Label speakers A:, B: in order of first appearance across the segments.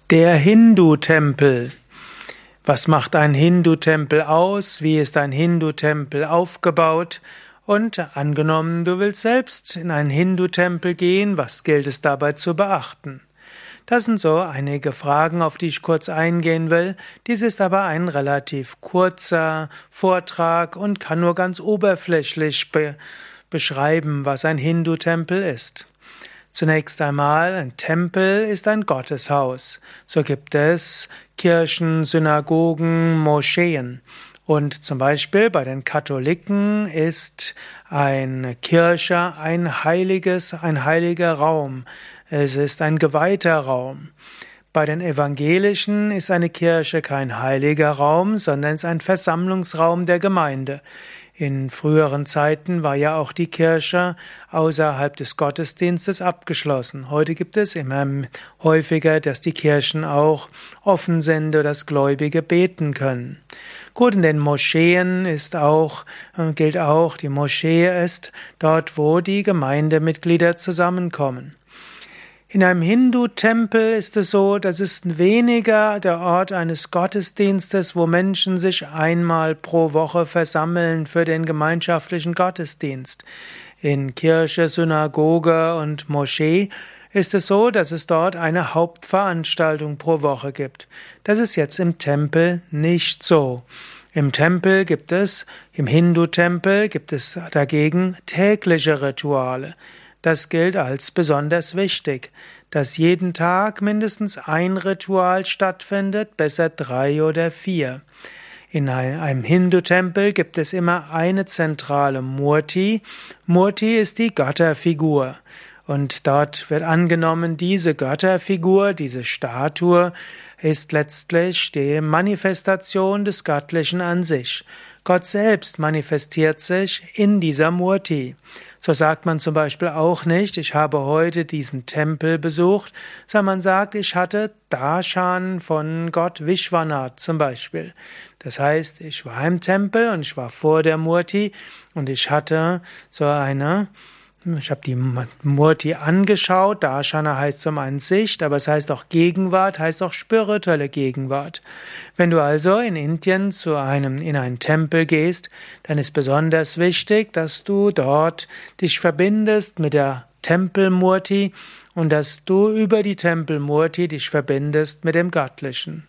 A: Der Hindu-Tempel. Was macht ein Hindu-Tempel aus? Wie ist ein Hindu-Tempel aufgebaut? Und angenommen, du willst selbst in einen Hindu-Tempel gehen, was gilt es dabei zu beachten? Das sind so einige Fragen, auf die ich kurz eingehen will. Dies ist aber ein relativ kurzer Vortrag und kann nur ganz oberflächlich beschreiben, was ein Hindu-Tempel ist. Zunächst einmal, ein Tempel ist ein Gotteshaus. So gibt es Kirchen, Synagogen, Moscheen. Und zum Beispiel bei den Katholiken ist eine Kirche ein heiliger Raum. Es ist ein geweihter Raum. Bei den Evangelischen ist eine Kirche kein heiliger Raum, sondern es ist ein Versammlungsraum der Gemeinde. In früheren Zeiten war ja auch die Kirche außerhalb des Gottesdienstes abgeschlossen. Heute gibt es immer häufiger, dass die Kirchen auch offen sind oder dass Gläubige beten können. Gut, in den Moscheen gilt auch, die Moschee ist dort, wo die Gemeindemitglieder zusammenkommen. In einem Hindu-Tempel ist es so, das ist weniger der Ort eines Gottesdienstes, wo Menschen sich einmal pro Woche versammeln für den gemeinschaftlichen Gottesdienst. In Kirche, Synagoge und Moschee ist es so, dass es dort eine Hauptveranstaltung pro Woche gibt. Das ist jetzt im Tempel nicht so. Im Hindu-Tempel gibt es dagegen tägliche Rituale. Das gilt als besonders wichtig, dass jeden Tag mindestens ein Ritual stattfindet, besser 3 oder 4. In einem Hindu-Tempel gibt es immer eine zentrale Murti. Murti ist die Götterfigur. Und dort wird angenommen, diese Götterfigur, diese Statue, ist letztlich die Manifestation des Göttlichen an sich. Gott selbst manifestiert sich in dieser Murti. So sagt man zum Beispiel auch nicht, ich habe heute diesen Tempel besucht, sondern man sagt, ich hatte Darshan von Gott Vishwanath zum Beispiel. Das heißt, ich war im Tempel und ich war vor der Murti und ich habe die Murti angeschaut. Darshana heißt zum einen Sicht, aber es heißt auch Gegenwart, heißt auch spirituelle Gegenwart. Wenn du also in Indien in einen Tempel gehst, dann ist besonders wichtig, dass du dort dich verbindest mit der Tempelmurti und dass du über die Tempelmurti dich verbindest mit dem Göttlichen.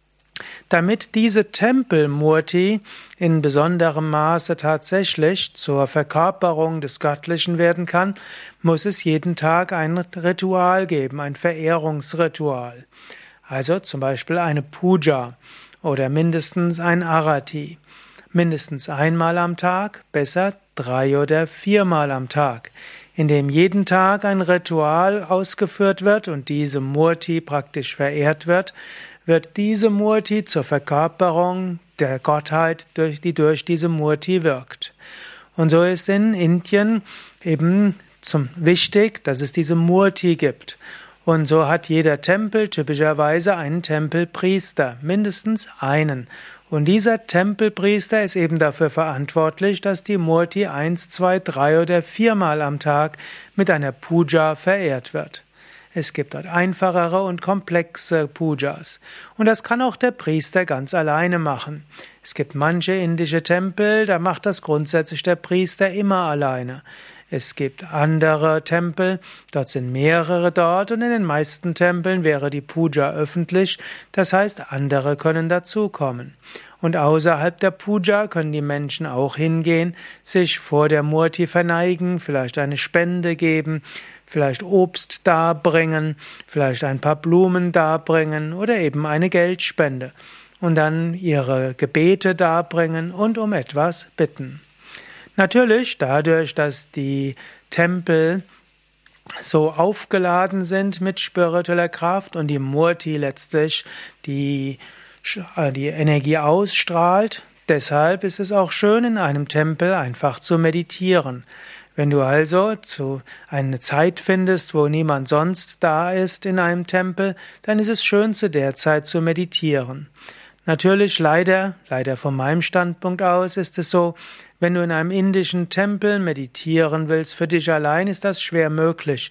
A: Damit diese Tempelmurti in besonderem Maße tatsächlich zur Verkörperung des Göttlichen werden kann, muss es jeden Tag ein Ritual geben, ein Verehrungsritual. Also zum Beispiel eine Puja oder mindestens ein Arati. Mindestens einmal am Tag, besser 3 oder 4 Mal am Tag, in dem jeden Tag ein Ritual ausgeführt wird und diese Murti praktisch verehrt wird diese Murti zur Verkörperung der Gottheit, die durch diese Murti wirkt. Und so ist in Indien eben wichtig, dass es diese Murti gibt. Und so hat jeder Tempel typischerweise einen Tempelpriester, mindestens einen. Und dieser Tempelpriester ist eben dafür verantwortlich, dass die Murti 1, 2, 3 oder 4 Mal am Tag mit einer Puja verehrt wird. Es gibt dort einfachere und komplexe Pujas. Und das kann auch der Priester ganz alleine machen. Es gibt manche indische Tempel, da macht das grundsätzlich der Priester immer alleine. Es gibt andere Tempel, dort sind mehrere dort und in den meisten Tempeln wäre die Puja öffentlich, das heißt, andere können dazukommen. Und außerhalb der Puja können die Menschen auch hingehen, sich vor der Murti verneigen, vielleicht eine Spende geben, vielleicht Obst darbringen, vielleicht ein paar Blumen darbringen oder eben eine Geldspende und dann ihre Gebete darbringen und um etwas bitten. Natürlich, dadurch, dass die Tempel so aufgeladen sind mit spiritueller Kraft und die Murti letztlich die Energie ausstrahlt, deshalb ist es auch schön, in einem Tempel einfach zu meditieren. Wenn du also eine Zeit findest, wo niemand sonst da ist in einem Tempel, dann ist es schön, zu der Zeit zu meditieren. Natürlich, leider von meinem Standpunkt aus ist es so, wenn du in einem indischen Tempel meditieren willst, für dich allein ist das schwer möglich,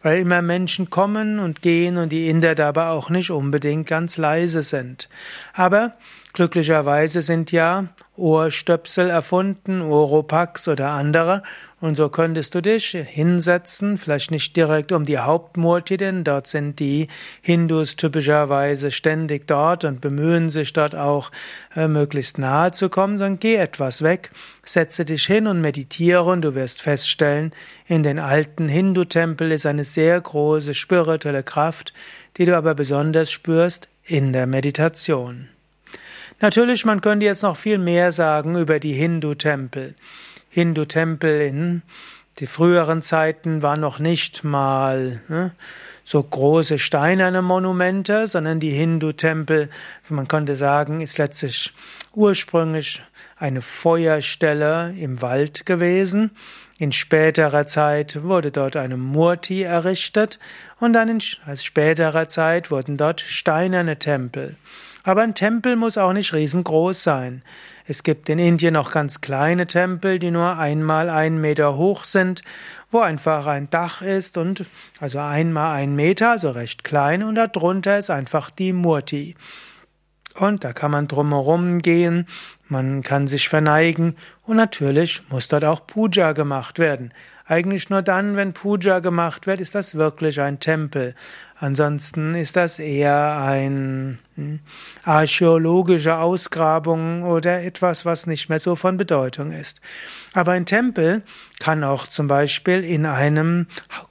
A: weil immer Menschen kommen und gehen und die Inder dabei auch nicht unbedingt ganz leise sind. Aber glücklicherweise sind ja Ohrstöpsel erfunden, Oropax oder andere, und so könntest du dich hinsetzen, vielleicht nicht direkt um die Hauptmurti, denn dort sind die Hindus typischerweise ständig dort und bemühen sich dort auch möglichst nahe zu kommen, sondern geh etwas weg, setze dich hin und meditiere und du wirst feststellen, in den alten Hindu-Tempeln ist eine sehr große spirituelle Kraft, die du aber besonders spürst in der Meditation. Natürlich, man könnte jetzt noch viel mehr sagen über die Hindu-Tempel. Hindu-Tempel in die früheren Zeiten waren noch nicht mal so große steinerne Monumente, sondern die Hindu-Tempel, man könnte sagen, ist letztlich ursprünglich eine Feuerstelle im Wald gewesen. In späterer Zeit wurde dort eine Murti errichtet und dann in späterer Zeit wurden dort steinerne Tempel. Aber ein Tempel muss auch nicht riesengroß sein. Es gibt in Indien auch ganz kleine Tempel, die nur 1 mal 1 Meter hoch sind, wo einfach ein Dach ist und also 1 mal 1 Meter, also recht klein, und darunter ist einfach die Murti. Und da kann man drumherum gehen, man kann sich verneigen und natürlich muss dort auch Puja gemacht werden. Eigentlich nur dann, wenn Puja gemacht wird, ist das wirklich ein Tempel. Ansonsten ist das eher eine archäologische Ausgrabung oder etwas, was nicht mehr so von Bedeutung ist. Aber ein Tempel kann auch zum Beispiel in einem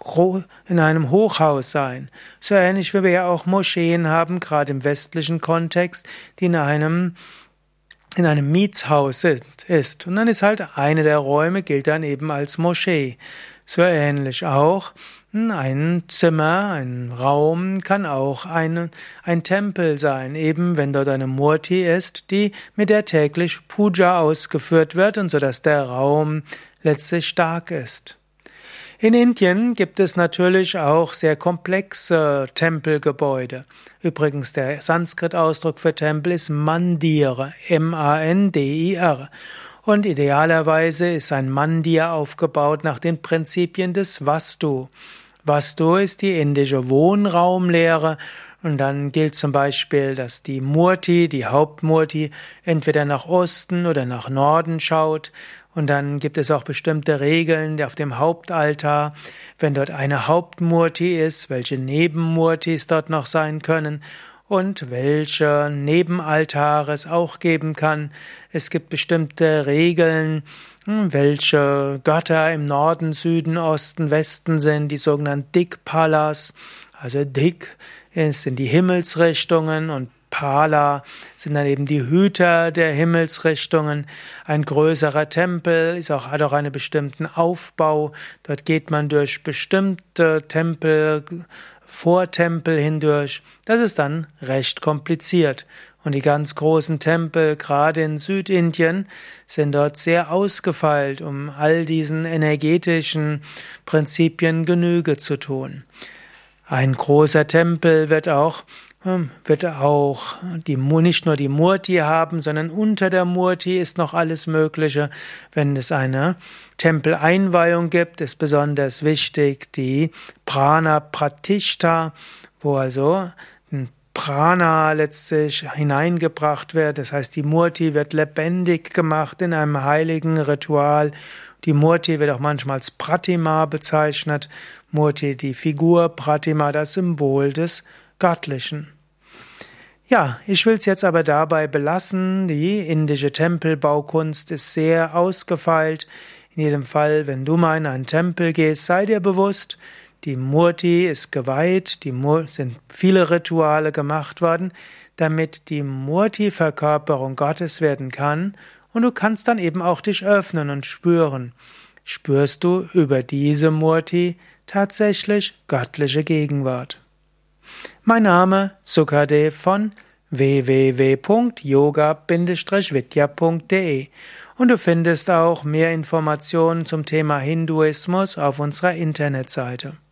A: Hochhaus sein. So ähnlich wie wir ja auch Moscheen haben, gerade im westlichen Kontext, die in einem Mietshaus ist. Und dann ist halt eine der Räume gilt dann eben als Moschee. So ähnlich auch ein Zimmer, ein Raum kann auch ein Tempel sein, eben wenn dort eine Murti ist, mit der täglich Puja ausgeführt wird und so dass der Raum letztlich stark ist. In Indien gibt es natürlich auch sehr komplexe Tempelgebäude. Übrigens, der Sanskrit-Ausdruck für Tempel ist Mandir, M-A-N-D-I-R. Und idealerweise ist ein Mandir aufgebaut nach den Prinzipien des Vastu. Vastu ist die indische Wohnraumlehre. Und dann gilt zum Beispiel, dass die Murti, die Hauptmurti, entweder nach Osten oder nach Norden schaut. Und dann gibt es auch bestimmte Regeln, die auf dem Hauptaltar, wenn dort eine Hauptmurti ist, welche Nebenmurtis dort noch sein können und welche Nebenaltare es auch geben kann. Es gibt bestimmte Regeln, welche Götter im Norden, Süden, Osten, Westen sind, die sogenannten Dikpalas. Also Dik sind die Himmelsrichtungen und Pala sind dann eben die Hüter der Himmelsrichtungen. Ein größerer Tempel hat auch einen bestimmten Aufbau. Dort geht man durch bestimmte Vortempel hindurch. Das ist dann recht kompliziert. Und die ganz großen Tempel, gerade in Südindien, sind dort sehr ausgefeilt, um all diesen energetischen Prinzipien Genüge zu tun. Ein großer Tempel wird auch nicht nur die Murti haben, sondern unter der Murti ist noch alles Mögliche. Wenn es eine Tempeleinweihung gibt, ist besonders wichtig die Prana Pratishta, wo also ein Prana letztlich hineingebracht wird. Das heißt, die Murti wird lebendig gemacht in einem heiligen Ritual. Die Murti wird auch manchmal als Pratima bezeichnet. Murti, die Figur, Pratima, das Symbol des Göttlichen. Ja, ich will es jetzt aber dabei belassen. Die indische Tempelbaukunst ist sehr ausgefeilt. In jedem Fall, wenn du mal in einen Tempel gehst, sei dir bewusst, die Murti ist geweiht, sind viele Rituale gemacht worden, damit die Murti-Verkörperung Gottes werden kann und du kannst dann eben auch dich öffnen und spüren. Spürst du über diese Murti tatsächlich göttliche Gegenwart? Mein Name Sukadev von www.yoga-vidya.de und du findest auch mehr Informationen zum Thema Hinduismus auf unserer Internetseite.